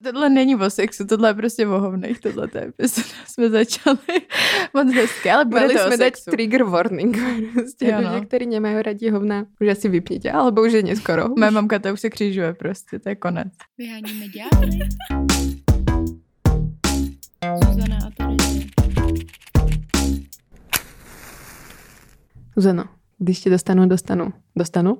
Tohle není o sexu, tohle je prostě o hovnech, tohle jsme začali moc hezky, ale bude Mali to o sme dať sexu. trigger warning. Prostě ľudia, ktorí nemajú radi hovna, už asi vypnite, alebo už je neskoro. Moje mamka to už se křižuje prostě, to je konec. Vyháníme ďábly. Zuzana a Terezie. Zuzano, když tě dostanu?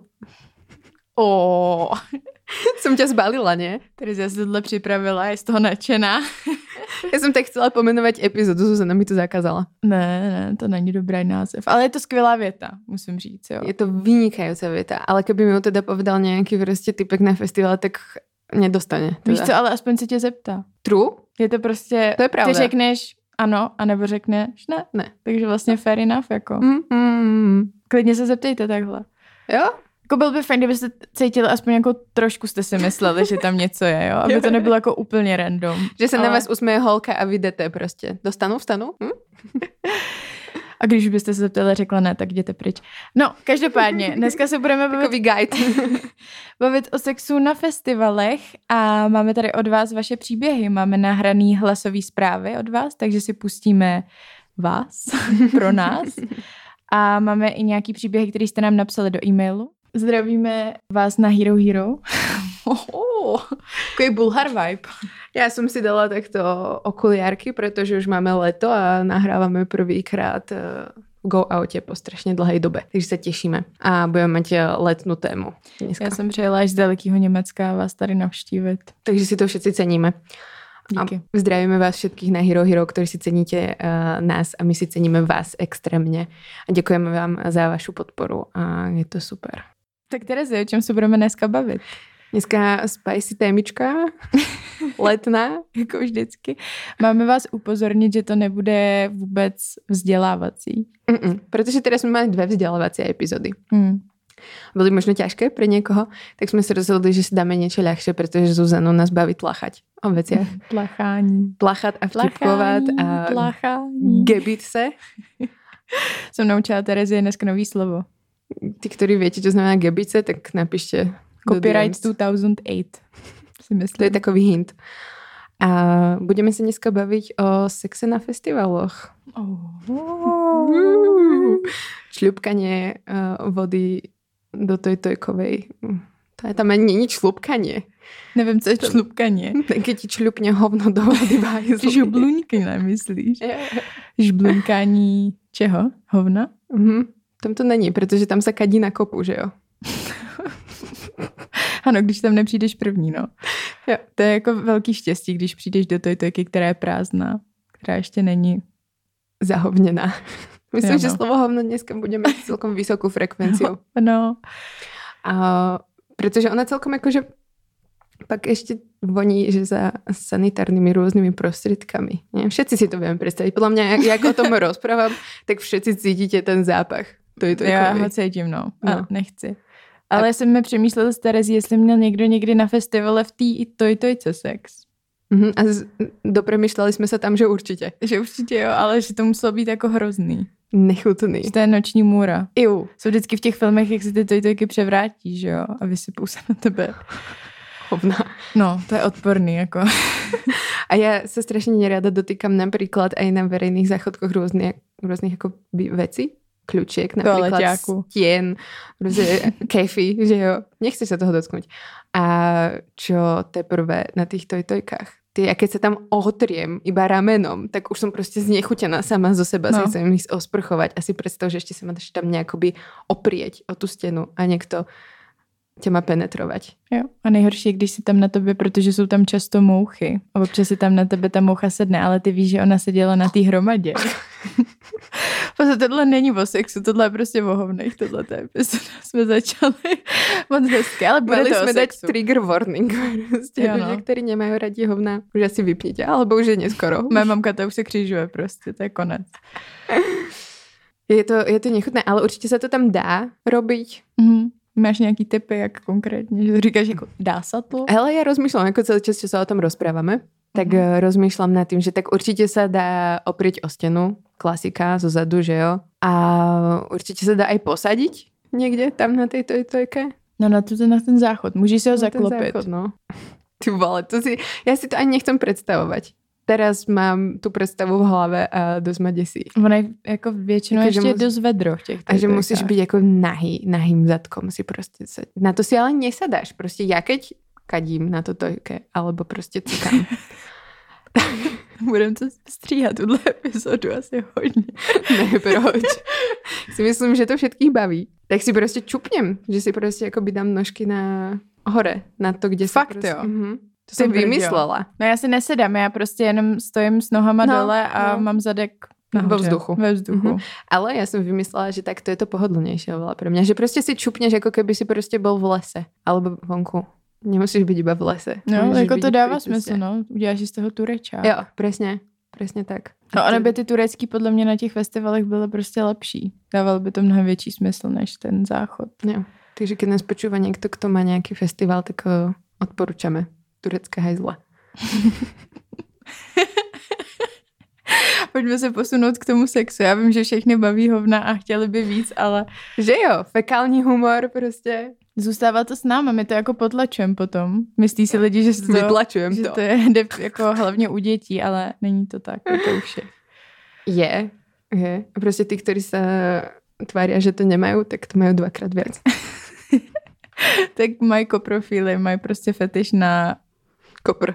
Som ťa zbalila, nie? Terezia se tohle připravila, je z toho nadšená. Ja som tak chcela pomenovať epizódu, Zuzana mi to zakázala. Ne, to není dobrý název, ale je to skvělá věta, musím říct, jo. Je to vynikajúca veta, ale keby mi ho teda povedal nejaký prostě typek na festival, tak nedostane. Teda. Víš co, ale aspoň se tě zeptá. True? Je to prostě, to je pravda. Ty řekneš ano, anebo řekneš ne. Ne. Takže vlastně fair enough, jako. Klidně se zeptejte takhle. Jo? Jako byl by fajn, kdybyste cítili, aspoň jako trošku jste si mysleli, že tam něco je, jo? Aby to nebylo jako úplně random. Že se na vás usměje holka a vy jdete prostě. Vstanu? A když byste se zeptali, řekla ne, tak jděte pryč. No, každopádně, dneska se budeme bavit o sexu na festivalech a máme tady od vás vaše příběhy. Máme nahraný hlasový zprávy od vás, takže si pustíme vás pro nás. A máme i nějaký příběhy, které jste nám napsali do e-mailu. Zdravíme vás na Hero Hero. Takový Bulhar vibe. Ja som si dala takto okuliárky, pretože už máme leto a nahrávame prvýkrát Go Oute po strašne dlhej dobe. Takže sa tešíme a budeme mať letnú tému dneska. Já jsem přijela až z dalekého Německa vás tady navštívit. Takže si to všetci ceníme. Díky. A zdravíme vás všetkých na Hero Hero, ktorí si ceníte nás a my si ceníme vás extrémne. A děkujeme vám za vašu podporu a je to super. Tak Terezie, o čem se budeme dneska bavit? Dneska spicy témička, letná. Jako vždycky. Máme vás upozornit, že to nebude vůbec vzdělávací. Protože teraz jsme mali 2 vzdělávací epizody. Boli možno ťažké pre niekoho, tak sme sa rozhodli, že si dáme niečo ľahšie, pretože Zuzanu nás baví tlachať o veciach. Tlachať a vtipkovať a gebit se. Som naučila Terezie dneska nový slovo. Tí, ktorí viete, čo znamená gebit se, tak napíšte. Copyright 2008 si myslím. To je takový hint. A budeme sa dneska baviť o sexe na festivaloch. Šľupkanie vody do tojkovej. To je tam ani není šľupkanie. Nevím, co je šľupkanie. Keď ti šľupne hovno do vody v hajzli. Žubluňky, nemyslíš? Žblunkání čeho? Hovna? Tam to není, protože tam se kadí na kopu, že jo? Ano, když tam nepřijdeš první, no. Jo. To je jako velký štěstí, když přijdeš do tojky, která je prázdná, která ještě není zahovněná. Myslím, že slovo hovno dneska bude mať celkom vysokú frekvenciu. No. A pretože ona celkom akože pak ešte voní, že za sanitárnymi rôznymi prostriedkami. Nie? Všetci si to vieme predstaviť. Podľa mňa, jak o tom rozprávam, tak všetci cítite ten zápach. Já ho cítím, no. A nechci. Ale jsem mi přemýšlela s Terezí, jestli měl někdo někdy na festivale v té tojce sex. A dopremýšľali sme sa tam, že určite. Že určitě jo, ale že to muselo být jako hrozný. Nechutný. Že to je noční můra. Iu. Jsou vždycky v těch filmech, jak se ty tojky převrátí, že jo? A vysypou se na tebe. Hovna. No, to je odporný, jako. A ja sa strašne nerada dotýkam napríklad aj na verejných záchodkoch rôznych ako veci. Kľúčiek, napríklad stien, kefy, že jo. Nechceš sa toho dotknúť. A čo teprve na tých tojkách. A keď sa tam otriem iba ramenom, tak už som proste znechutená sama zo seba. Si chcem ísť osprchovať. A si predstav, že ešte sa máš tam nejakoby oprieť o tú stenu a niekto tě má penetrovat. Jo. A nejhorší je, když si tam na tebe, protože jsou tam často mouchy. A občas si tam na tebe ta moucha sedne, ale ty víš, že ona seděla na té hromadě. Prostě tohle není o sexu, tohle je prostě o hovnech, tohle je prostě jsme začali moc hezky, ale bude to o jsme sexu. Dať trigger warning. Prostě ľudia, ktorí nemajú radi hovna, už asi vypnite, alebo už je neskoro. Moje mamka to už se křižuje prostě, to je konec. Je to nechutné, ale určitě se to tam dá robiť. Máš nějaký tipy, jak konkrétně? Že říkáš, jako dá sa to? Hele, ja rozmýšľam, ako celý čas, čo sa o tom rozprávame, tak rozmýšľam nad tým, že tak určite sa dá oprieť o stenu, klasika zo zadu, že jo? A určite sa dá aj posadiť niekde tam na tej tojke. No na ten záchod, můžeš si ho zaklopit. Záchod, no. Ty vole, ja si to ani nechcem predstavovať. Teraz mám tu predstavu v hlave a dosť ma desí. Ona je jako většinou ještě dost vedro v těch. A že musíš byť jako nahým zadkom si proste. Na to si ale nesadáš. Proste ja keď kadím na to tojke, alebo proste cukám. Budem to stříhat, tuhle epizodu asi hodně. Ne, proč? Si myslím, že to všetkých baví. Tak si prostě čupnem, že si prostě jakoby dám nožky na hore, na to, kde fakt, si prostě... jo. To jsem vymyslela. No já si nesedám, já prostě jenom stojím s nohama dole a mám zadek nahoře. Ve vzduchu. Ale ja som vymyslela, že tak to je to pohodlnejšie oveľa pre mňa. Že prostě si čupneš, ako keby si prostě bol v lese. Alebo vonku. Nemusíš byť iba v lese. No, jako to dává smysl, no. Uděláš si z toho turečák. Jo, presne tak. No, ono by ty turecký podle mě na těch festivalech byly prostě lepší. Dával by to mnohem větší smysl než ten záchod. Jo. Takže keď nás počúva niekto, kto má nejaký festival, tak odporúčame. Turecká hajzla. Pojďme se posunout k tomu sexu. Já vím, že všechny baví hovna a chtěli by víc, ale... Že jo, fekální humor prostě. Zůstává to s náma, my to jako potlačujeme potom. Myslí si lidi, že to... Vytlačujeme to. Že to je jako hlavně u dětí, ale není to tak, je to u všech. Je. A prostě ty, ktorí sa tvária, že to nemajú, tak to majú dvakrát viac. Tak mají koprofíly, mají prostě fetiš na... Kopr.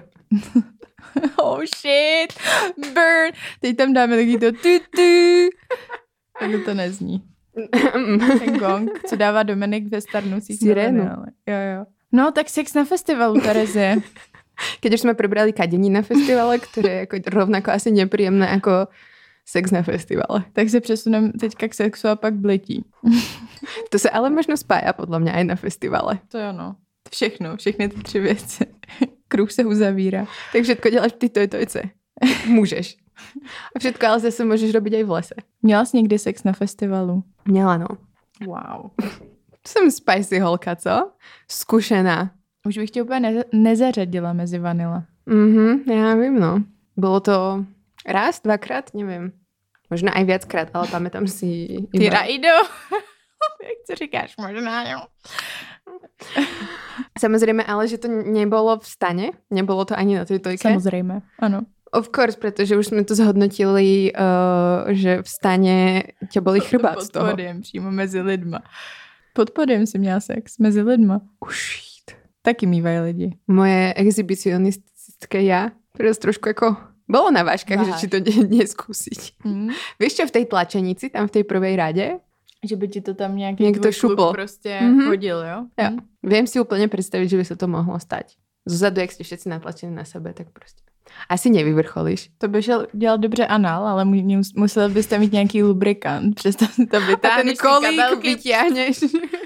Oh shit, burn. Teď tam dáme taky to tu. Tak to nezní. Ten gong, co dává Dominik ve starnoucích sirénu. Jo. No, tak sex na festivalu, Terezie. Keď už sme prebrali kadení na festivale, ktoré je jako rovnako asi nepríjemné jako sex na festivale. Tak se přesuneme teďka k sexu a pak blití. To se ale možno spája podľa mňa aj na festivale. To jo, no. Všechny ty 3 věci. Kruh se uzavírá. Tak všetko děláš v té tojce. Můžeš. A všetko ale zase můžeš robiť aj v lese. Měla jsi někdy sex na festivalu? Měla, no. Wow. Jsem spicy holka, co? Zkušená. Už bych tě úplně nezařadila mezi vanila. Já vím, no. Bylo to raz, 2krát, nevím. Možná aj viackrát, ale pamätám si... Ty rajdo. Jak to říkáš, možná, jo. Samozrejme, ale že to nebolo v stane. Nebolo to ani na tej tojke. Samozrejme, áno. Of course, pretože už sme to zhodnotili, že v stane ťa bolí chrbát z toho. Pod podiem, přímo mezi lidma. Pod podiem si měla sex, mezi lidma. Ušít. Taky mývají lidi. Moje exhibicionistické ja, teraz trošku ako bolo na vážkach, že či to neskúsiť. Vieš čo, v tej tlačenici, tam v tej prvej rade, že by ti to tam někdo šupl prostě hodil, jo? Jo. Viem si úplne predstaviť, že by sa to mohlo stať. Zozadu, jak ste všetci natlačení na sebe, tak prostě. Asi nevyvrcholíš. To by šel dělat dobře anal, ale musel byste mít nějaký lubrikant. Přesto si to vytáhneš. A ten kolík vyťahneš.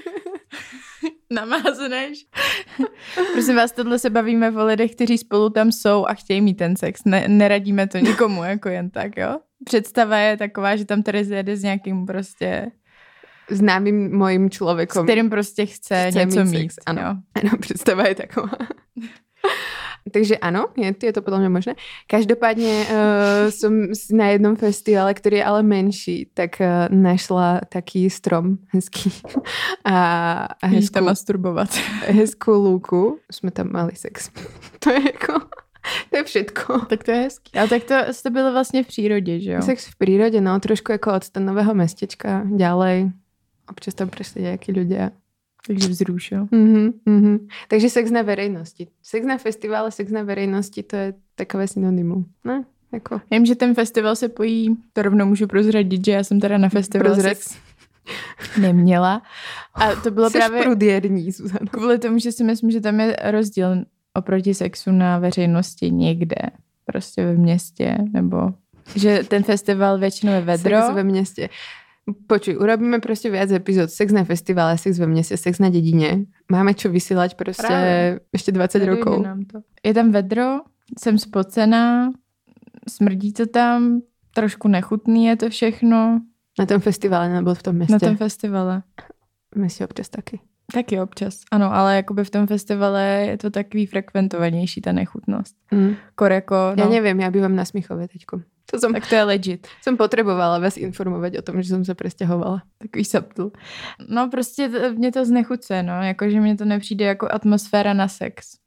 Namázneš. Prosím vás, tohle se bavíme o lidech, kteří spolu tam jsou a chtějí mít ten sex. Neradíme to nikomu, jako jen tak, jo? Představa je taková, že tam Terezie jede s nějakým prostě... známým mojím človekom. S kterým prostě chce něco mít. Ano. Ano, představa je taková. Takže áno, je to podľa mňa možné. Každopádne som na jednom festivale, ktorý je ale menší, tak našla taký strom hezký. A hezkú, tam masturbovať. Hezkú lúku. Sme tam mali sex. To je jako... To je všetko. Tak to je hezký. Ale tak to jste byli vlastně v přírodě, že jo? Sex v prírode, no, trošku jako od stanového mestečka ďalej. Občas tam prišli nejakí ľudia. Takže vzrušil. Takže sex na verejnosti. Sex na festivále, sex na verejnosti, to je takové synonymum. Ne? Jako. Vím, že ten festival se pojí, to rovnou můžu prozradit, že já jsem teda na festivalu sex neměla. A to bylo právě prudierní, Zuzano. Kvůli tomu, že si myslím, že tam je rozdíl oproti sexu na veřejnosti někde. Prostě ve městě, nebo že ten festival většinou je vedro. Sex ve městě. Počuj, urobíme prostě viac epizód. Sex na festivale, sex ve městě, sex na dedine. Máme čo vysielať prostě právě. Ještě 20 rokov. Je tam vedro, jsem spocená, smrdí to tam, trošku nechutný je to všechno. Na tom festivale nebo v tom městě? Na tom festivale. V městě občas taky. Taky občas, ano, ale jakoby v tom festivale je to takový frekventovanější, ta nechutnost. Koreko, no. Ja neviem, ja bývam na Smichově teďko. Tak to je legit. Som potrebovala vás informovať o tom, že som sa presťahovala. Takový subtil. No prostě mě to znechucuje, no, jakože mně to nepřijde jako atmosféra na sex.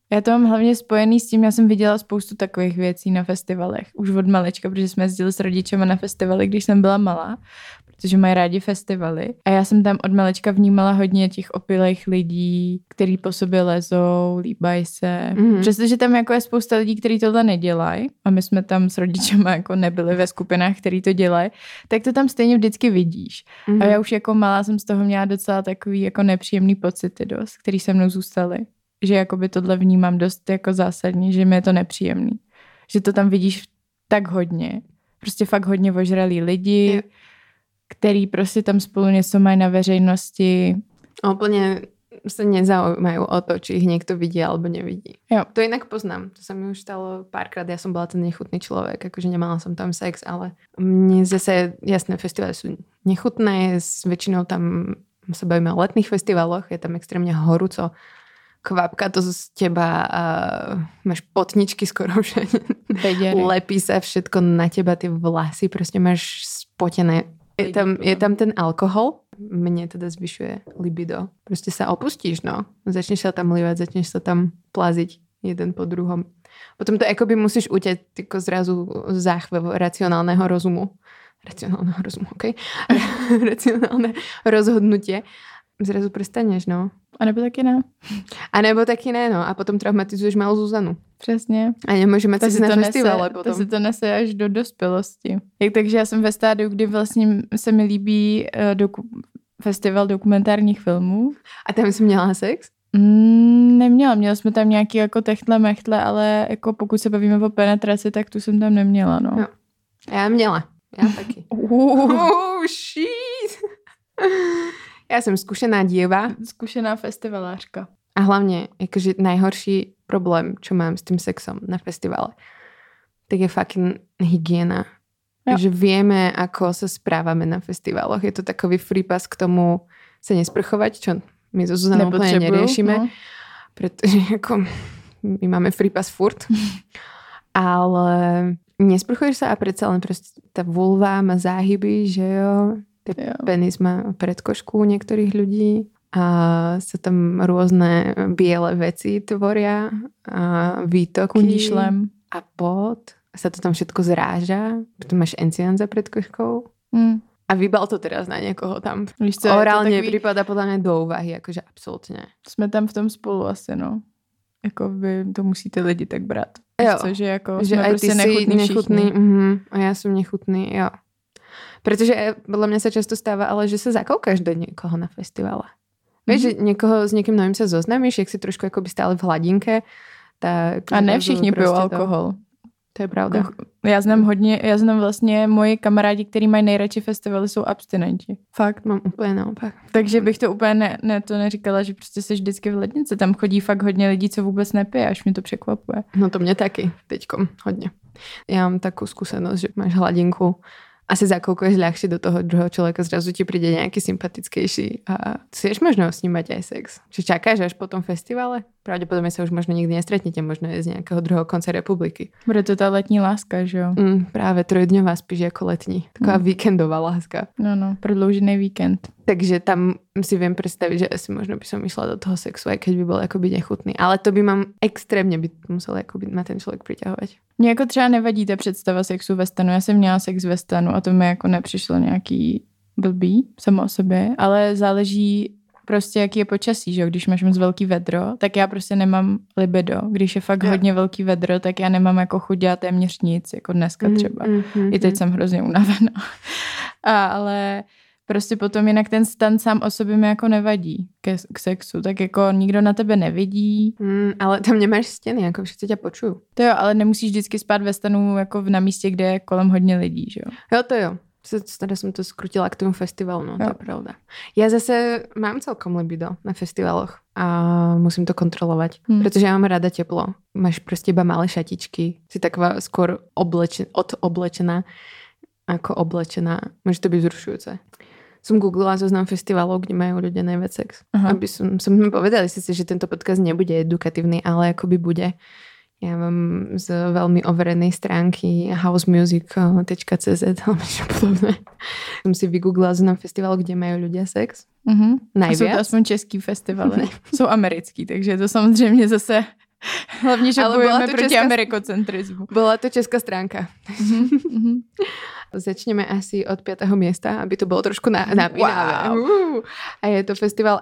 Já to mám hlavně spojený s tím, já jsem viděla spoustu takových věcí na festivalech. Už od malečka, protože jsme jezdili s rodičema na festivaly, když jsem byla malá, protože mají rádi festivaly. A já jsem tam od malečka vnímala hodně těch opilých lidí, kteří po sobě lezou, líbají se. Přestože tam jako je spousta lidí, kteří tohle nedělají, a my jsme tam s rodičema jako nebyli ve skupinách, který to dělají, tak to tam stejně vždycky vidíš. A já už jako malá jsem z toho měla docela takový jako nepříjemný pocity dost, který se mnou zůstaly. Že jakoby tohle vnímám dost jako zásadně, že mi je to nepříjemný. Že to tam vidíš tak hodně. Prostě fakt hodně ožralí lidi, který prostě tam spolu něco mají na veřejnosti. Úplně se nezaujímají o to, či ich niekto vidí alebo nevidí. Jo. To inak poznám. To sa mi už stalo párkrát. Ja som bola ten nechutný človek, akože nemala som tam sex, ale mne zase, jasné, festivaly sú nechutné, väčšinou tam sa bavíme o letných festivaloch, je tam extrémne horúco, kvapka to z teba a máš potničky skoro všade. Lepí sa všetko na teba, tie vlasy, proste máš spotené. Je tam ten alkohol, mne teda zvyšuje libido. Proste sa opustíš, no. Začneš sa tam lievať, začneš sa tam plaziť jeden po druhom. Potom to akoby musíš uťať tyko zrazu záchvev racionálneho rozumu. Racionálneho rozumu, okej? Racionálne rozhodnutie. Zrazu prestaneš, no. A nebo taky ne. A nebo taky ne, no. A potom traumatizuješ malou Zuzanu. Přesně. A nemůžeme si na festivale potom. To se to nese až do dospělosti. Takže já jsem ve stádiu, kdy vlastně se mi líbí festival dokumentárních filmů. A tam jsi měla sex? Neměla. Měli jsme tam nějaký jako techtle, ale jako pokud se bavíme o penetraci, tak tu jsem tam neměla, no. Jo. Já měla. Já taky. Shit. Ja som skúsená dieva. Skúsená festivalářka. A hlavne, akože najhorší problém, čo mám s tým sexom na festivale, tak je fucking hygiena. Ja. Že vieme, ako sa správame na festivaloch. Je to takový free pass k tomu sa nesprchovať, čo my so Zuzanou úplne neriešime. No. Pretože ako my máme free pass furt. Ale nesprchuješ sa a predsa len proste tá vulva má záhyby, že jo... Penis má predkošku u niektorých ľudí a sa tam rôzne biele veci tvoria a výtoky. Kunišlem. A pot. Sa to tam všetko zráža. Potom máš encián za predkoškou. A vybal to teraz na niekoho tam. Víš co, orálne takový... prípada podľa mňa do úvahy, akože absolútne. Sme tam v tom spolu asi, no. Jako vy to musíte lidi tak brát. Jo. Cože jako že sme prostě nechutní. A ja som nechutný, jo. Pretože podľa mňa sa často stáva, ale že sa zakoukáš do niekoho na festivale. Vieš, že niekoho s niekým novým sa zoznámíš, jak si trošku akoby stále v hladinke. Tak a ne všichni pijou alkohol. To je pravda. Já znám vlastně moji kamarádi, kteří mají nejradši festivaly, jsou abstinenti. Fakt. Mám úplně naopak. Takže bych to úplně to neříkala, že prostě jsi vždycky v lednici. Tam chodí fakt hodně lidí, co vůbec nepije, až mě to překvapuje. No to mě taky teďkom hodně. Já mám takovou zkušenost, že máš hladinku, asi zakoukuješ ľahšie do toho druhého človeka, zrazu ti príde nejaký sympatickejší a chceš možno s ním mať aj sex. Či čakáš až po tom festivale? Pravdepodobne sa už možno nikdy nestretnete, možno je z nejakého druhého konca republiky. Bude to tá letní láska, že jo? Práve trojdňová spíš ako letní. Taková víkendová láska. No, prodloužený víkend. Takže tam si viem predstaviť, že asi možno by som išla do toho sexu, aj keď by bol akoby nechutný. Ale to by mám extrémne by musel akoby ma ten člověk priťahovať. Mně jako třeba nevadí ta představa sexu ve stanu. Já jsem měla sex ve stanu a to mi jako nepřišlo nějaký blbý samo o sobě, ale záleží prostě, jaký je počasí, že? Když máš moc velký vedro, tak já prostě nemám libido. Když je fakt hodně velký vedro, tak já nemám jako chuť dělat téměř nic, jako dneska třeba. I teď jsem hrozně unavená. Ale prostě potom jinak ten stan sám o sobě mi jako nevadí k sexu, tak jako nikdo na tebe nevidí. Ale tam nemáš stěny, jako všichni tě počují. To jo, ale nemusíš vždycky spát ve stanu jako na místě, kde je kolem hodně lidí, že jo? Jo, to jo. Teda som to skrutila k tomu festivalu, no, to je pravda. Ja zase mám celkom libido na festivaloch a musím to kontrolovať, pretože ja mám rada teplo. Máš proste iba malé šatičky, si taková skôr oblečená ako oblečená. Môže to byť vzrušujúce. Som googlila zoznam festivalov, kde majú ľudia najviac sex. Aby som povedali si, že tento podcast nebude edukatívny, ale akoby bude. Ja mám z veľmi overenej stránky housemusic.cz alebo čo podobné. Som si vygooglila zoznam festivalov, kde majú ľudia sex. Najviac. Jsou to aspoň český festivaly. Jsou americký, takže je to samozřejmě zase Hlavně, že bojujeme proti amerikocentrizmu. Bola to česká stránka. Začneme asi od 5. miesta, aby to bolo trošku napínavé. Wow. A je to festival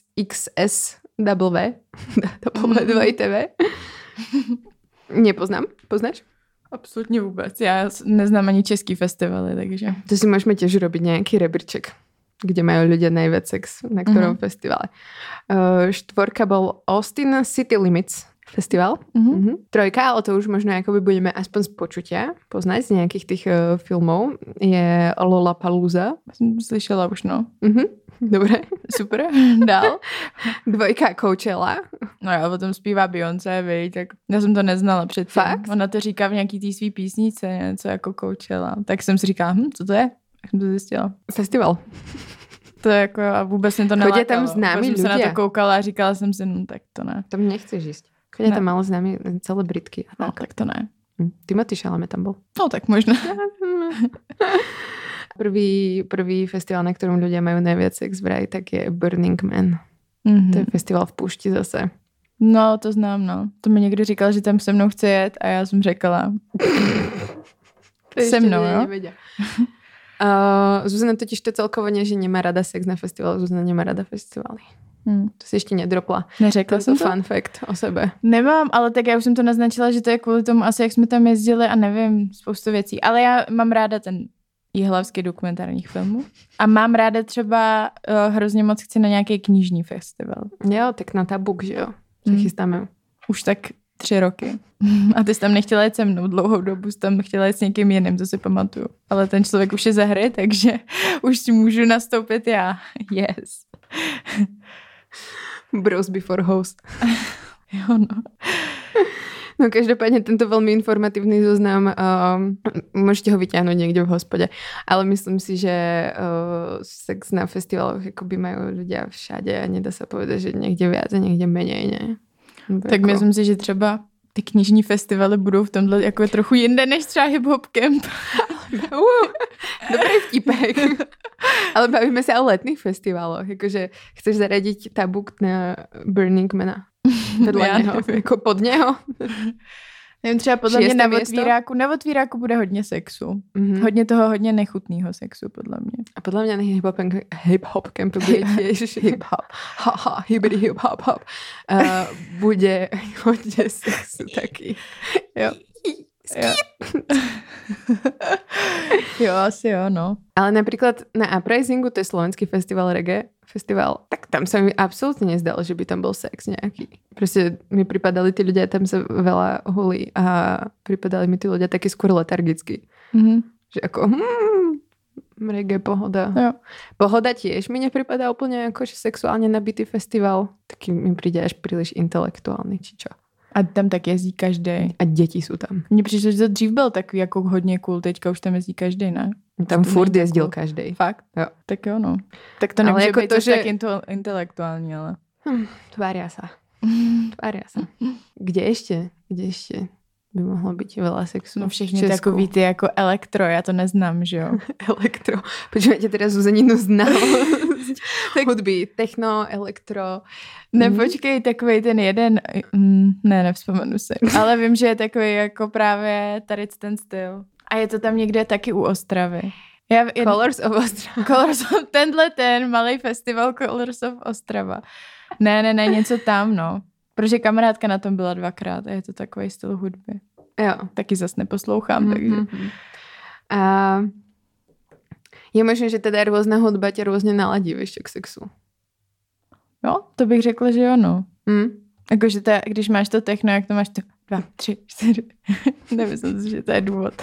SXSW. WTV. Nepoznám. Poznáš? Absolutně vůbec. Já neznám ani český festivaly, takže... To si môžeme tiež robiť nejaký rebríček, kde majú ľudia najviac sex, na ktorom festivale. 4. bol Austin City Limits festival. 3, ale to už možno akoby budeme aspoň z počutia poznať z nejakých tých filmov, je Lollapalooza. Jsem slyšela už, no. Dobre. Super. Dál. 2 Coachella. No já o tom zpívá Beyoncé, viď, tak já jsem to neznala předtím. Fakt? Ona to říká v nějaký té svý písnice, něco jako Coachella. Tak jsem si říkala, co to je? Tak jsem to zjistila. Festival. To je jako, a vůbec jsem to nelákalo. Chodí tam známí ľudia. Jsem se na to koukala a říkala jsem si, no tak to ne. Tam nechceš ísť. Chodí tam malo známí celebritky. No, tak to ne. Timothy Chalamet tam bol. No, tak možno. Prvý festival, na ktorom ľudia majú najviac sex vraj, tak je Burning Man. To je festival v púšti zase. No, to znám, no. To mi někdy říkal, že tam se mnou chce jet a já jsem řekla. Se mnou, jo? Zuzana totiž to celkovo nie, že nemá rada sex na festivalu. Zuzana nemá rada festivaly. To si ještě nedropla. Neřekla jsem to? Fun fact o sebe. Nemám, ale tak já už jsem to naznačila, že to je kvůli tomu asi, jak jsme tam jezdili a nevím, spoustu věcí. Ale já mám ráda ten jihlavský dokumentárních filmů. A mám ráda třeba hrozně moc chci na nějaký knižní festival. Jo, tak na Tabuk, že jo? Se chystáme. Už tak 3 roky. A ty jsi tam nechtěla jít se mnou dlouhou dobu, jsi tam chtěla jít s někým jiným, to si pamatuju. Ale ten člověk už je za hry, takže už si můžu nastoupit já. Yes. Bros before host. Jo, no. No každopádne tento veľmi informatívny zoznam môžete ho vyťahnuť niekde v hospode, ale myslím si, že sex na festivaloch akoby majú ľudia všade a nedá sa povedať, že niekde viac a niekde menej, ne? Tak myslím si, že třeba ty knižní festivaly budou v tomhle jako trochu jinde než třeba hip-hop camp. Dobrý vtipek. Ale bavíme sa o letných festivaloch. Jakože chceš zaradiť Tabuk na Burning Mana. Vedle něho, jako pod něho. Nevím, třeba podle mě na otvíráku bude hodně sexu. Hodně toho, hodně nechutného sexu, podle mě. A podle mě na hip-hop camp bude tiež hip-hop. Hibbity hip-hop. Bude hodně sexu taky. Jo. Jo, asi jo, no. Ale napríklad na Uprisingu, to je slovenský festival reggae, tak tam sa mi absolútne nezdalo, že by tam bol sex nejaký. Proste mi pripadali tí ľudia, tam sa veľa hulí a pripadali mi tí ľudia taký skôr letargicky. Že ako reggae, pohoda. Jo. Pohoda tiež mi nepripadá úplne ako že sexuálne nabitý festival. Taký mi príde až príliš intelektuálny, či čo. A tam tak jezdí každý. A děti jsou tam. Mně přišlo, že to dřív byl takový jako hodně cool, teďka už tam jezdí každý, ne? Tam furt jezdil každý. Fakt? Jo. Tak jo, no. Tak to nemůže jako být to, že... tak intelektuální, ale... Tvária sa. Kde ještě by mohlo být veľa sexu? No všechny takový ty jako elektro, já to neznám, že jo? Elektro. Počúvajte teraz Zuzaninu znalosť. Hudby, techno, elektro. Ne, počkej, takovej ten jeden, nevzpomenu si, ale vím, že je takový jako právě tady ten styl. A je to tam někde taky u Ostravy. Colors of Ostrava. Ten malý festival Colors of Ostrava. Ne, něco tam, no. Protože kamarádka na tom byla 2krát a je to takový styl hudby. Jo. Taky zas neposlouchám, takže... A je možné, že teda různá hudba tě různě naladí ještě k sexu. Jo, to bych řekla, že jo, no. Jakože když máš to techno, jak to máš to 2, 3, 4. Nemyslím si, že to je důvod.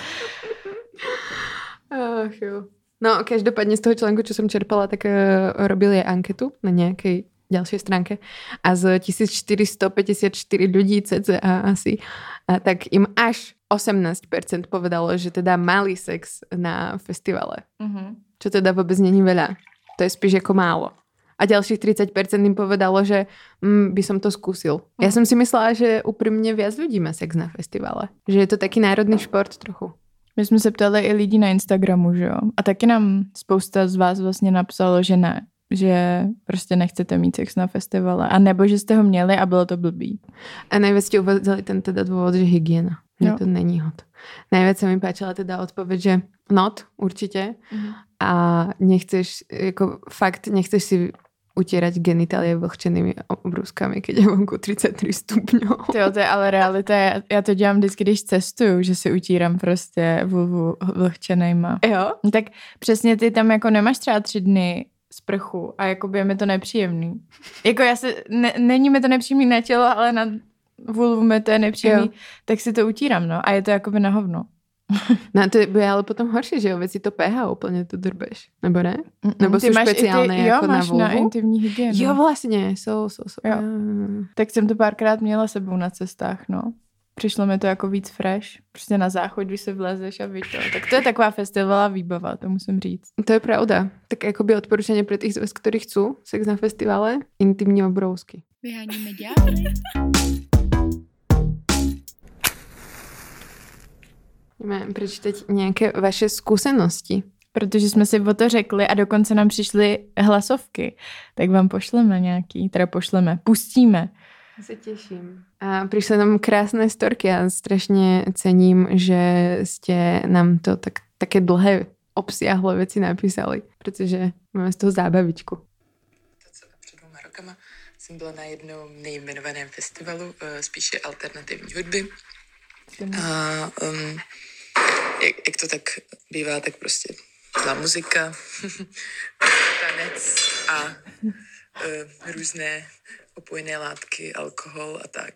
Ach jo. No, každopádně z toho článku, čo som čerpala, tak robili aj anketu na nejakej ďalšej stránke a z 1454 ľudí cca asi, tak im až 18% povedalo, že teda mali sex na festivale. Čo teda vôbec není veľa. To je spíš ako málo. A ďalších 30% im povedalo, že by som to skúsil. Ja som si myslela, že úprimne viac ľudí má sex na festivale. Že je to taký národný šport trochu. My jsme se ptali i lidí na Instagramu, že jo? A taky nám spousta z vás vlastně napsalo, že ne. že prostě nechcete mít sex na festivale. A nebo že jste ho měli a bylo to blbý. A najviac ste uvádzali ten teda dôvod, že hygiena. Že to není hot. Najviac sa mi páčila teda odpoveď, že not, určite. A nechceš, ako fakt, nechceš si utierať genitálie vlhčenými obrúskami, keď je vonku 33 stupňov. To je ale realita. Já to dělám vždycky, když cestuju, že si utírám prostě vulvu vlhčenejma. Jo? Tak přesně ty tam jako nemáš třeba 3 dny sprchu a jakoby je mi to nepříjemný. Jako není mi to nepříjemný na tělo, ale na vulvu mi to je nepříjemný, tak si to utírám, no. A je to jakoby na hovno. No to bude ale potom horšie, že jo, veď si to pH úplne tu drbeš, nebo ne? Nebo sú špeciálne jako na vulvu? Jo, máš na intimní hygienu. Jo, vlastne, jsou. Jo. Tak jsem to párkrát měla sebou na cestách, no. Přišlo mi to jako víc fresh. Prostě na záchod, když se vlezeš a víš to. Tak to je taková festivalová výbava, to musím říct. To je pravda. Tak jakoby odporúčanie pre tých z vás, ktorí chcú sex na festivale, intimní obrousky. Vyháníme ďábly. Mám prečítať nějaké vaše zkušenosti. Protože jsme si o to řekli a dokonce nám přišly hlasovky. Tak vám pošleme nějaký, pustíme. Já se těším. A prišli nám krásné storky a strašně cením, že jste nám to také dlhé obsiahlé věci napísali, protože máme z toho zábavičku. Před 2 rokama jsem byla na jednom nejmenovaném festivalu, spíše alternativní hudby. A jak to tak bývá, tak prostě byla muzika, tanec a různé opojné látky, alkohol a tak.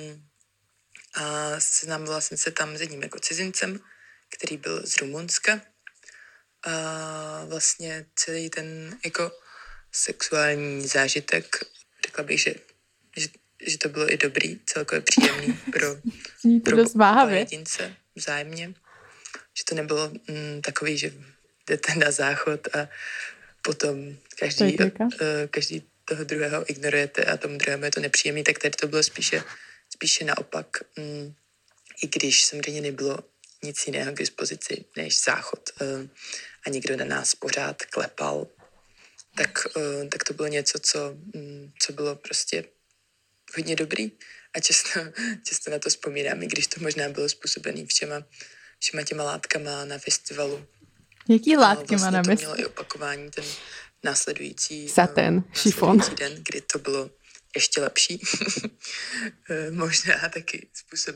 A seznámila jsem se tam s jedním jako cizincem, který byl z Rumunska. A vlastně celý ten jako sexuální zážitek, řekla bych, že to bylo i dobrý, celkově příjemný pro jedince vzájemně. Že to nebylo takový, že jdete na záchod a potom každý toho druhého ignorujete a tomu druhému je to nepříjemný, tak tady to bylo spíše naopak. I když samozřejmě nebylo nic jiného k dispozici než záchod a někdo na nás pořád klepal, tak to bylo něco, co bylo prostě hodně dobrý a často na to vzpomínám, i když to možná bylo způsobený všema těma látkama na festivalu. Jaký látky má na to mělo i opakování ten následující šifon den, kdy to bylo ještě lepší. Možná taky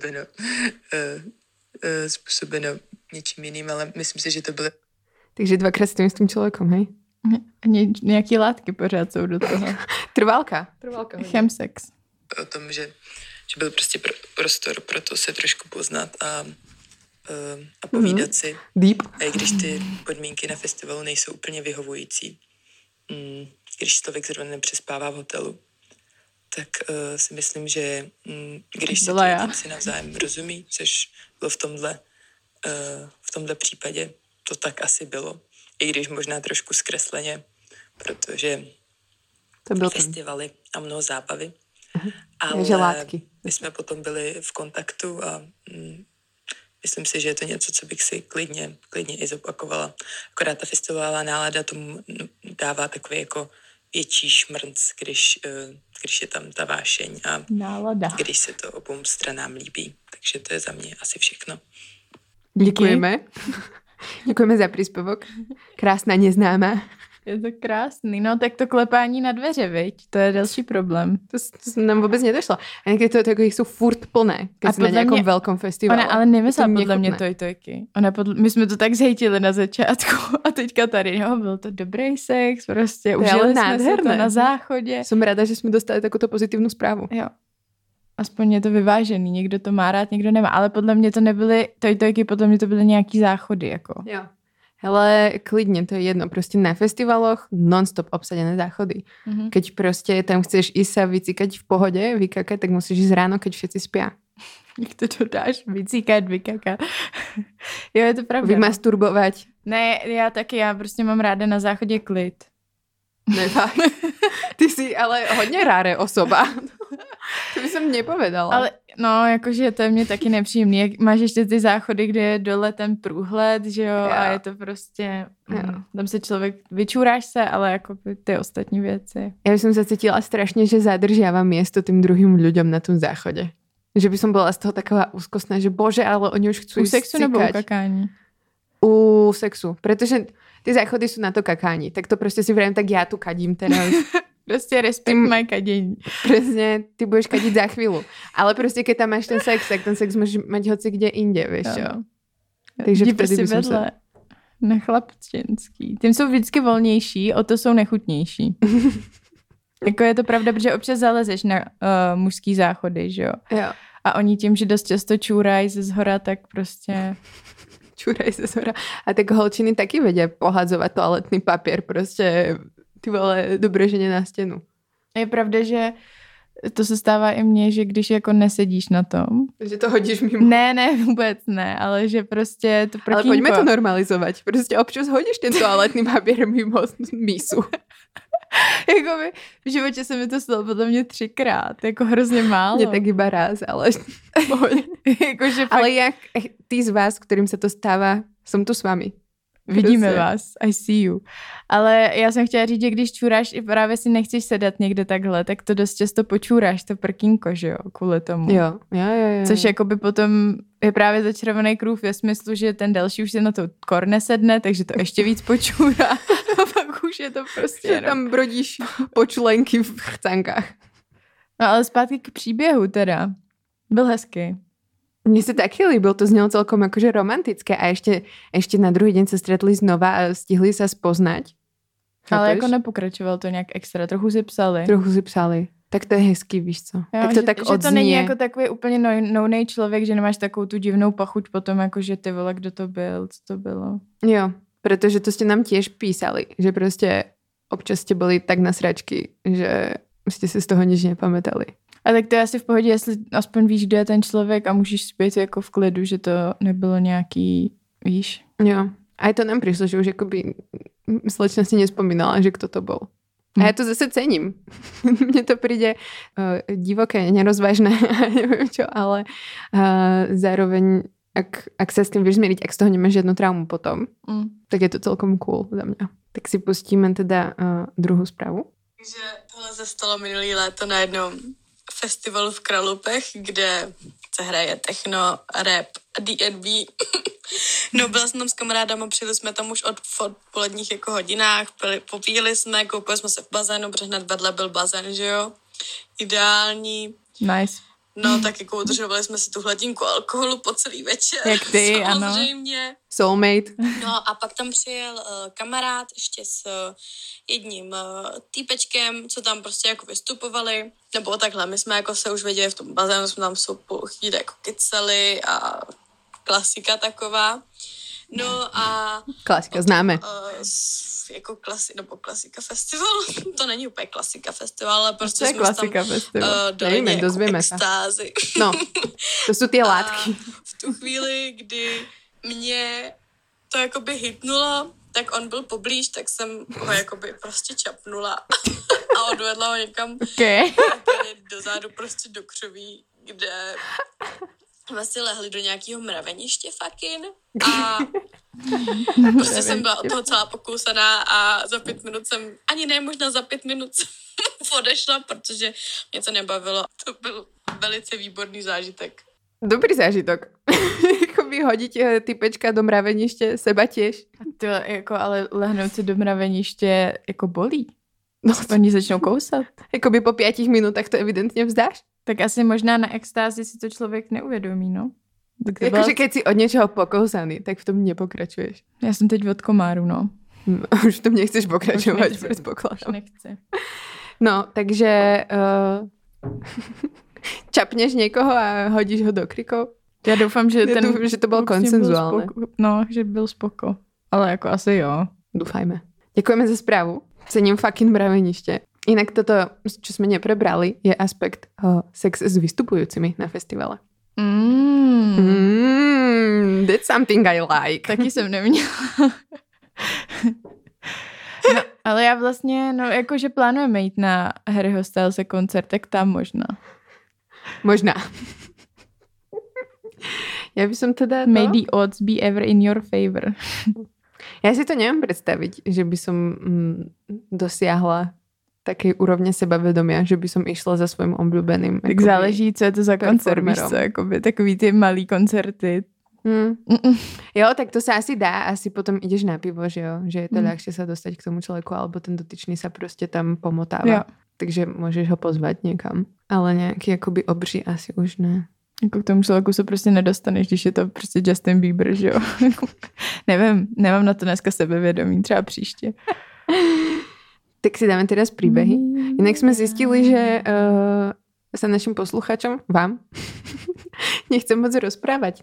způsobeno něčím jiným, ale myslím si, že to bylo... Takže 2krát s tím člověkom, hej? Nějaký látky pořád jsou do toho. Trvalka. Chemsex. O tom, že byl prostě prostor pro to se trošku poznat a povídat si. Deep. A i když ty podmínky na festivalu nejsou úplně vyhovující, když člověk zrovna nepřespává v hotelu, tak si myslím, že když se ti navzájem rozumí, což bylo v tomhle případě, to tak asi bylo. I když možná trošku zkresleně, protože to byl festivaly a mnoho zábavy. Ale my jsme potom byli v kontaktu a myslím si, že je to něco, co bych si klidně i zopakovala. Akorát ta festivalová nálada tomu dává takový jako větší šmrnc, když je tam ta vášeň a nálada. Když se to obou stranám líbí. Takže to je za mě asi všechno. Děkujeme. Děkujeme za príspevok. Krásná neznámá. Je to krásný. No tak to klepání na dveře, viď? To je další problém. To nám vůbec nedošlo. A někdy to jako jsou furt plné, když jsi na nějakom velkom festivalu. Ona ale nemyslela podle mě tojtojky. My jsme to tak zhejtili na začátku a teďka tady, byl to dobrý sex, prostě užili jsme se to na záchodě. Jsem ráda, že jsme dostali takovou pozitivní zprávu. Jo. Aspoň je to vyvážený. Někdo to má rád, někdo nemá. Ale podle mě to nebyly tojtojky, podle mě to byly nějaký záchody. Jako. Jo. Hele, klidně, to je jedno. Prostě na festivaloch non-stop obsadené záchody. Mm-hmm. Keď prostě tam chceš ísť sa vycíkať v pohode, vykakať, tak musíš ísť ráno, keď všetci spia. Jak to dodáš? Vycíkat, vykakat. Jo, je to pravda. Vymasturbovat. Ne, já prostě mám ráda na záchodě klid. Ne, ty jsi ale hodně ráré osoba. To by som nepovedala. Ale jakože to je mě taky nepříjemný. Jak máš ještě ty záchody, kde je dole ten průhled, že jo, a je to prostě, tam se člověk, vyčúráš se, ale jako ty ostatní věci. Ja by som sa cítila strašne, že zadržiavam miesto tým druhým ľuďom na tom záchode. Že by som bola z toho taková úzkostná, že bože, ale oni už chcú ísť cikať. U sexu nebo u kakání? U sexu, pretože ty záchody sú na to kakání, tak to prostě si vrajím, tak ja tu kadím teraz. Prostě respekt maj kadění. Presne, ty budeš kadiť za chvíľu. Ale prostě keď tam máš ten sex, tak ten sex môžeš mať hoci kde inde, vieš čo. Takže vtedy by som sa... Na chlapčenský. Tím jsou vždycky volnější, o to jsou nechutnější. Jako je to pravda, protože občas zalezeš na mužský záchody, že jo? Jo. A oni tím, že dost často čúrají ze zhora, tak prostě... Čúrají ze zhora. A tak holčiny taky vedia pohadzovať toaletný papier, prostě ty vole, dobré ženě na stěnu. Je pravda, že to se stává i mně, že když jako nesedíš na tom. Že to hodíš mimo. Ne, vůbec ne, ale že prostě to prokínko. Ale pojďme to normalizovat. Prostě občas hodíš ten toaletný papír mimo mísu. Jakoby v životě se mi to stalo podle mě 3krát, jako hrozně málo. Mně tak iba raz, ale jakože ale jak tí z vás, kterým se to stává, jsem tu s vámi. Vidíme vás, I see you. Ale já jsem chtěla říct, že když čůráš i právě si nechceš sedat někde takhle, tak to dost často počůráš, to prkínko, že jo, kvůli tomu. Jo. Což jakoby potom je právě začarovaný kruh ve smyslu, že ten další už se na to kor nesedne, takže to ještě víc počůrá. A pak už je to prostě... Že tam brodíš počlenky v chcankách. No ale zpátky k příběhu teda. Byl hezký. Mne sa taky líbil, to znelo celkom akože romantické a ešte na druhý deň sa stretli znova a stihli sa spoznať. Ale jako nepokračoval to nějak extra, trochu si psali. Tak to je hezký, víš co. Jo, tak to že, tak odznie. Že to není jako takový úplně no-nej člověk, že nemáš takovou tu divnou pachuť potom, jako že ty vole, kdo to byl, co to bylo. Jo, protože to ste nám tiež písali, že prostě občas ste boli tak na sračky, že ste si z toho nič nepamätali. A tak to je asi v pohodě, jestli aspoň víš, kdo je ten člověk a můžeš spět jako v klidu, že to nebylo nějaký, víš? Jo, aj to nám prišlo, že už akoby slečna si nespomínala, že kto to bol. A ja to zase cením. Mne to príde divoké, nerozvážne, neviem čo, ale zároveň, ak sa s tým vieš zmieriť, ak z toho nemáš žiadnu traumu potom, tak je to celkom cool za mňa. Tak si pustíme teda druhou zprávu. Takže tohle se stalo minulý léto na jednom festivalu v Kralupech, kde se hraje techno, rap a D&B. No, byla jsem tam s kamarádama, přijeli jsme tam už od poledních jako hodinách, popíjeli jsme, koupili jsme se v bazénu, protože hned vedle byl bazén, že jo? Ideální. Nice. No, tak jako udržovali jsme si tu hladinku alkoholu po celý večer. Jak ty, samozřejmě. Ano. Soulmate. No a pak tam přijel kamarád ještě s jedním týpečkem, co tam prostě jako vystupovali. Nebo takhle, my jsme jako se už viděli v tom bazénu, jsme tam spolu chvíli jako kecali a klasika taková. No a... Klasika, známe. Jako klasika festival. To není úplně klasika festival, ale prostě jsme klasika tam festival. dali nějakou extázi. No, to jsou ty látky. V tu chvíli, kdy mě to jakoby hitnulo, tak on byl poblíž, tak jsem ho jakoby prostě čapnula a odvedla ho někam dozadu prostě do křoví, kde vlastně lehli do nějakého mraveniště fucking a prostě jsem byla od toho celá pokousaná a za 5 minut jsem, ani ne možná za 5 minut odešla, protože mě to nebavilo. To byl velice výborný zážitek. Dobrý zážitok. Jakoby hodit typečka do mraveniště, seba těž. To jako, ale lehnout si do mraveniště jako bolí. No, oni začnou kousat. Jakoby po 5 minutách to evidentně vzdáš. Tak asi možná na extázi si to člověk neuvědomí, no. Jakože keď si od něčeho pokousaný, tak v tom nepokračuješ. Já jsem teď od komáru, no. Už v tom nechceš pokračovat, předpokládám. Už nechci. No, takže čapneš někoho a hodíš ho do krikov. Já doufám, že že to bylo konsenzuálne. No, že byl spoko. Ale jako asi jo. Dúfajme. Ďakujeme za správu. Cením fucking mravenište. Inak toto, čo sme neprebrali, je aspekt sex s vystupujúcimi na festivale. That's something I like. Taky jsem neměla. No, ale já vlastně, no jakože plánujeme jít na Harryho Stylese koncert, tak tam možná. Možná. Ja by som teda to... May the odds be ever in your favor. Ja si to neviem predstaviť, že by som dosiahla takej úrovne sebavedomia, že by som išla za svojím obľúbeným. Tak záleží, co je to za koncert, víš co, jakoby takový ty malý koncerty. Jo, tak to sa asi dá, asi potom ideš na pivo, že jo, že je to ľahšie sa dostať k tomu človeku, alebo ten dotyčný sa proste tam pomotáva. Jo. Takže môžeš ho pozvať niekam. Ale nejaký akoby obří asi už ne. Jako k tomu člověku se prostě nedostaneš, když je to prostě Justin Bieber, že jo. Nevím, nemám na to dneska sebevědomí, třeba příště. Tak si dáme teraz príbehy. Inak sme zistili, že sa našim posluchačom, vám, nechcem moc rozprávať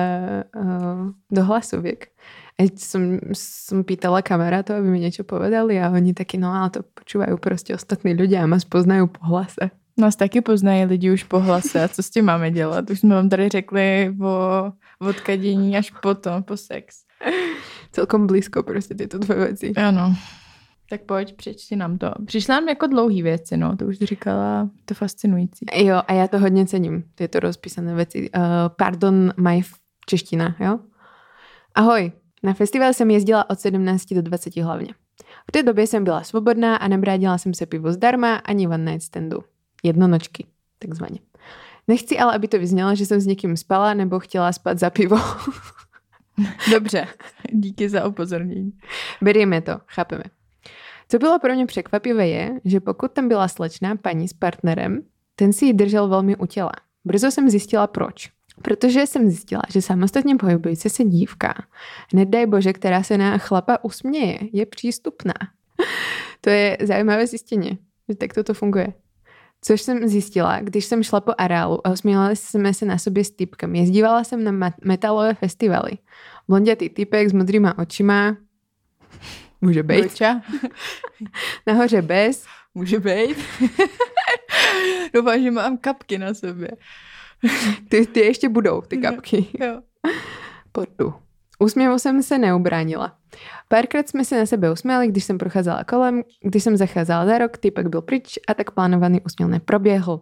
do hlasoviek. A som pýtala kamarátov, aby mi niečo povedali a oni taky, no ale to počúvajú proste ostatní ľudia a ma spoznajú po hlase. Nás taky poznají lidi už po hlase a co s tím máme dělat? Už jsme vám tady řekli o odkadění až potom, po sex. Celkom blízko prostě tyto dvě věci. Ano. Tak pojď, přečti nám to. Přišla nám jako dlouhý věci, no, to už říkala, to fascinující. Jo, a já to hodně cením, tyto rozpísané věci. Pardon, my čeština, jo? Ahoj, na festival jsem jezdila od 17 do 20 hlavně. V té době jsem byla svobodná a nebrádila jsem se pivo zdarma ani one night standu. Jednonočky, takzvaně. Nechci ale, aby to vyznělo, že jsem s někým spala nebo chtěla spát za pivo. Dobře, díky za upozornění. Berieme to, chápeme. Co bylo pro mě překvapivé je, že pokud tam byla slečná paní s partnerem, ten si ji držel velmi u těla. Brzo jsem zjistila proč. Protože jsem zjistila, že samostatně pohybující se dívka, nedaj bože, která se na chlapa usměje, je přístupná. To je zajímavé zjištění, že tak toto funguje. Což jsem zjistila, když jsem šla po areálu a usmívali jsme se na sobě s typkem. Jezdívala jsem na metalové festivaly. Blondětý typek s modrýma očima. Může být. Nahoře bez. Může být. Doufám, že mám kapky na sobě. Ty ještě budou, ty kapky. Jo. Portu. Úsměvu jsem se neubránila. Párkrát jsme se na sebe usměli, když jsem procházela kolem, když jsem zacházela za rok, typek byl pryč a tak plánovaný úsměv neproběhl.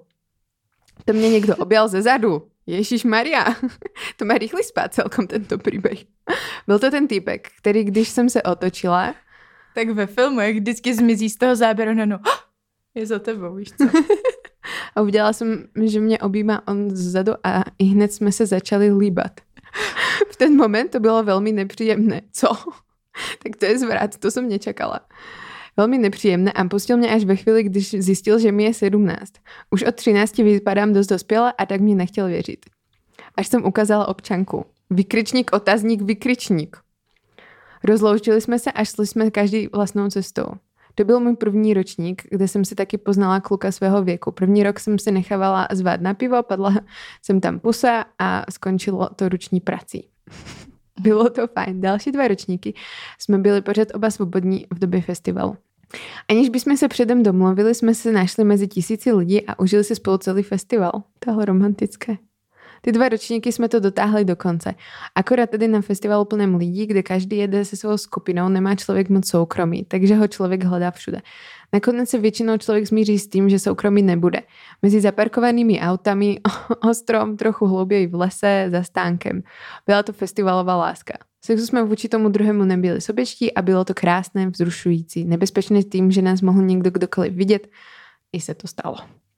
To mě někdo objal ze zadu. Ježišmaria, to má rychlý spát celkom tento příběh. Byl to ten týpek, který když jsem se otočila... Tak ve filmu, jak vždycky zmizí z toho záběru na je za tebou, víš co? A uviděla jsem, že mě objímá on zezadu a i hned jsme se začali líbat. V ten moment to bylo velmi nepříjemné. Co? Tak to je zvrat, to jsem nečakala. Velmi nepříjemné a pustil mě až ve chvíli, když zjistil, že mi je 17. Už od 13 vypadám dost dospěla a tak mě nechtěl věřit. Až jsem ukázala občanku. Vykričník, otazník, vykričník. Rozloučili jsme se, až šli jsme každý vlastnou cestou. To byl můj první ročník, kde jsem si taky poznala kluka svého věku. První rok jsem se nechávala zvát na pivo, padla jsem tam pusa a skončilo to ruční prací. Bylo to fajn. Další 2 ročníky jsme byli pořád oba svobodní v době festivalu. Aniž bychom se předem domluvili, jsme se našli mezi 1000 lidí a užili si spolu celý festival. Tohle romantické. Ty 2 ročníky jsme to dotáhli do konce. Akorát tedy na festivalu plném lidí, kde každý jede se svou skupinou, nemá člověk moc soukromí, takže ho člověk hledá všude. Nakonec se většinou člověk smíří s tím, že soukromí nebude. Mezi zaparkovanými autami, ostrom, trochu hlouběji v lese, za stánkem. Byla to festivalová láska. Sexu jsme vůči tomu druhému nebyli sobečtí a bylo to krásné, vzrušující. Nebezpečné tím, že nás mohl někdo kdokoliv vidět. I se to stalo.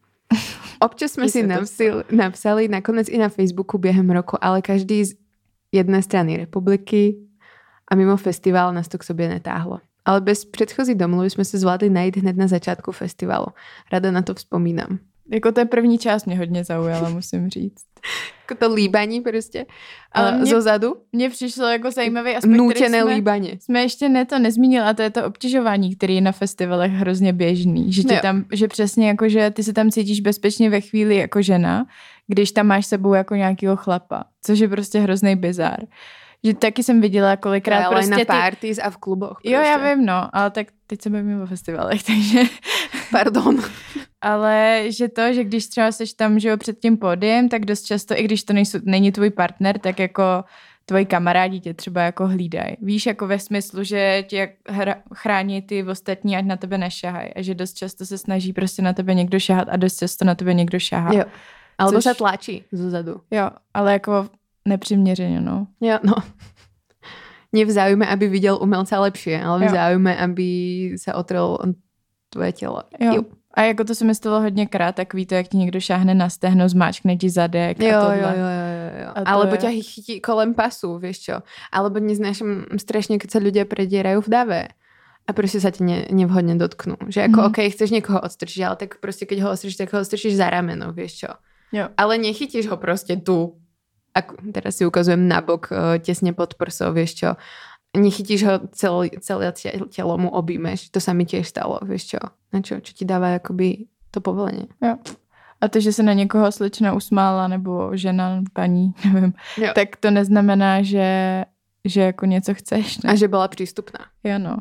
Občas jsme si napsali nakonec i na Facebooku během roku, ale každý z jedné strany republiky a mimo festival nás to k sobě netáhlo. Ale bez předchozí domluvy jsme se zvládli najít hned na začátku festivalu. Ráda na to vzpomínám. Jako ta první část mě hodně zaujala, musím říct. Jako to líbaní prostě zozadu. Mně přišlo jako zajímavý aspekt, nutěné líbaně. Jsme ještě nezmínili, a to je to obtěžování, který je na festivalech hrozně běžný. Že tě tam, že přesně jako, že ty se tam cítíš bezpečně ve chvíli jako žena, když tam máš sebou jako nějakýho chlapa, což je prostě hrozný bizár. Že taky jsem viděla kolikrát ale prostě na parties a v kluboch. Prostě. Jo, já vím, no, ale tak teď se bavíme o festivalech, takže... Pardon. Ale že to, že když třeba seš tam, že jo, před tím pódiem, tak dost často, i když to není tvůj partner, tak jako tvoji kamarádi tě třeba jako hlídají. Víš, jako ve smyslu, že tě chrání ty ostatní, ať na tebe nešahají. A že dost často se snaží prostě na tebe někdo šahat a dost často na tebe někdo šahá. Jo, alebo se tlačí zozadu. Jo, ale jako nepřiměřeně, no. Jo, no. Nie v záujme, aby viděl umelca lepšie, ale v záujme, aby se otrel tvoje tělo. Jo. A jako to se mi stalo hodněkrát, takový to, jak ti někdo šáhne na stehno, zmáčkne ti zadek a tohle. Jo. Alebo ťa chytí kolem pasu, vieš čo. Alebo neznášam strašne, keď sa ľudia predierajú v dave a proste sa ti nevhodne dotknú. Že ako, okej, chceš niekoho odstrčiť, ale tak proste keď ho odstrčíš, tak ho odstrčíš za rameno, vieš čo. Jo. Ale nechytíš ho proste tu. Teraz si ukazujem nabok, tesne pod prsou, vieš čo. Nechytíš ho celé telo mu objímeš. To sa mi tiež stalo, vieš čo. Na čo ti dáva akoby to povolenie. Jo. A to, že se na někoho slečna usmála, nebo žena, paní, nevím, tak to neznamená, že jako něco chceš. Ne? A že byla přístupná. Jo, no.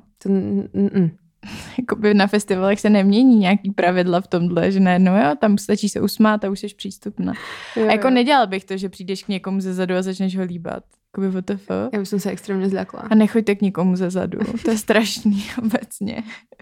Jakoby na festivalech se nemění nějaký pravidla v tomhle, že najednou, tam stačí se usmát a už jsi přístupná. A jako nedělal bych to, že přijdeš k někomu ze zadu a začneš ho líbat. Jakoby WTF. Já bych se extrémně zľakla. A nechoďte k nikomu ze zadu. To je strašný obecně.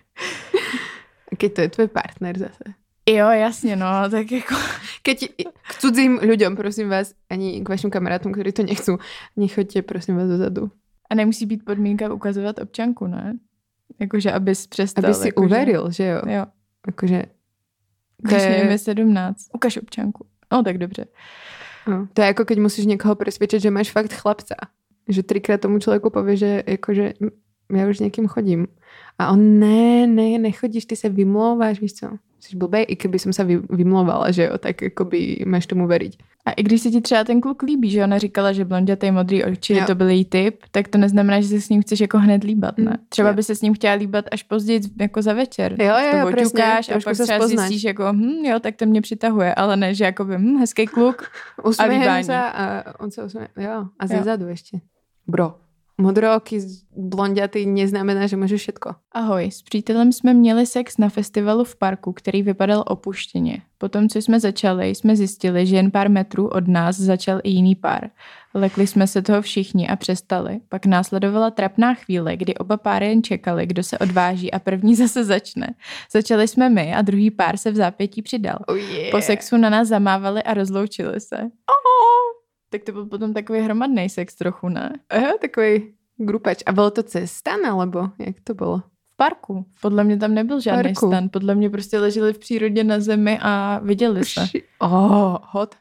Keď to je tvoj partner zase. Jo, jasně, no, tak jako... Keď k cudzím ľuďom, prosím vás, ani k vašim kamarátům, kteří to nechcú, nechoďte, prosím vás, dozadu. A nemusí být podmínka ukazovat občanku, ne? Jakože, abys přestal. Aby si uveril, že jo? Jo. Jakože... Když je 17. Ukaž občanku. No, tak dobře. No, to je jako keď musíš někoho presvědčit, že máš fakt chlapca. Že 3krát tomu člověku povie, že jakože já už s někým chodím. A on nechodíš, ty se vymlouváš, víš co? Jsi blbej, i kdyby jsem se vymlouvala, že jo, tak jakoby máš tomu veriť. A i když se ti třeba ten kluk líbí, že ona říkala, že blondětej modrý oči, to byl její typ, tak to neznamená, že se s ním chceš jako hned líbat, ne? Třeba by se s ním chtěla líbat až později jako za večer. Jo, přesně. A pak třeba zjistíš jako, jo, tak to mě přitahuje, ale ne, že jakoby, hezký kluk a líbání. Se a on se usměje, jo, a zezadu ještě. Bro. Modrooky, blonďatý neznamená, že můžeš všetko. Ahoj, s přítelem jsme měli sex na festivalu v parku, který vypadal opuštěně. Potom, co jsme začali, jsme zjistili, že jen pár metrů od nás začal i jiný pár. Lekli jsme se toho všichni a přestali. Pak následovala trapná chvíle, kdy oba páry jen čekali, kdo se odváží a první zase začne. Začali jsme my a druhý pár se v zápětí přidal. Oh yeah. Po sexu na nás zamávali a rozloučili se. Tak to byl potom takový hromadný sex trochu, ne? Aha, takový grupač. A bylo to cez stan, alebo jak to bylo? V parku. Podle mě tam nebyl žádný stan. Podle mě prostě leželi v přírodě na zemi a viděli se. Hot.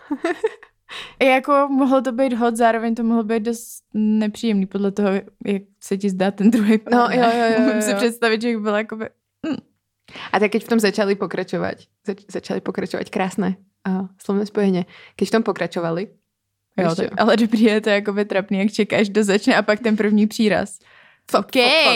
Jako mohlo to být hot, zároveň to mohlo být dost nepříjemný podle toho, jak se ti zdá ten druhý pár. No, jo. Můžu si představit, že bylo jakoby... A tak keď v tom začali pokračovať krásne slovné spojenie. Keď v tom pokračovali, jo, tak, ale dobrý je to jakoby trapný, jak čekáš, kdo začne a pak ten první příraz. OK.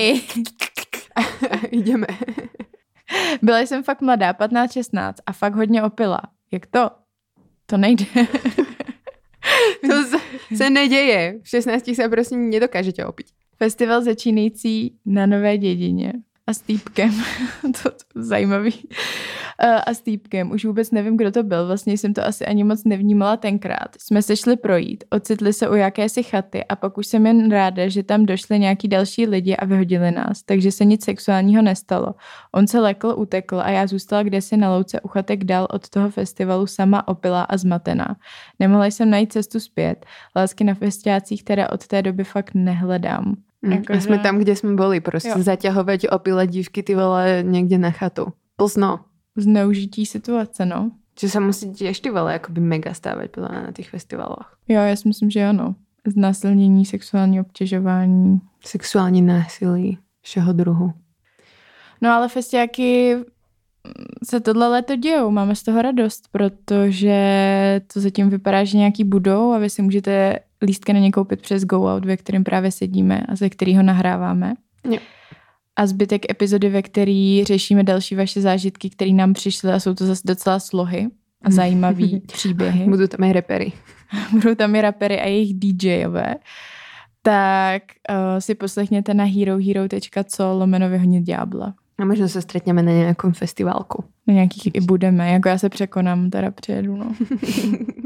Jdeme. Byla jsem fakt mladá, 15-16 a fakt hodně opila. Jak to? To nejde. To se neděje. V 16 se prostě nedokážete opiť. Festival začínající na Nové Dědině. A s týpkem. to zajímavý. A s týpkem. Už vůbec nevím, kdo to byl. Vlastně jsem to asi ani moc nevnímala tenkrát. Jsme se šli projít, ocitli se u jakési chaty a pak už jsem jen ráda, že tam došli nějaký další lidi a vyhodili nás. Takže se nic sexuálního nestalo. On se lekl, utekl a já zůstala kdesi na louce u chatek dál od toho festivalu sama opilá a zmatená. Nemohla jsem najít cestu zpět. Lásky na festiácích teda od té doby fakt nehledám. A jsme tam, kde jsme byli, prostě zaťahovať opilé dívky, ty vole, někde na chatu. Plzno. Zneužití situace, no. Že se musí tiež ty vole jakoby mega stávat podle na těch festivaloch. Jo, já si myslím, že ano. Znásilnění, sexuální obtěžování. Sexuální násilí všeho druhu. No ale festiáky se tohle léto dějou. Máme z toho radost, protože to zatím vypadá, že nějaký budou a vy si můžete lístky na ně koupit přes GoOut, ve kterém právě sedíme a ze kterého nahráváme. Jo. A zbytek epizody, ve který řešíme další vaše zážitky, které nám přišly a jsou to zase docela slohy a zajímavý příběhy. Budou tam i rapery. Budou tam i rapery a jejich DJové. Tak si poslechněte na herohero.co/vyhonit ďábla. A možná se stretneme na nějakom festivalku. Na nějakých i budeme, jako já se překonám, teda přijedu, no.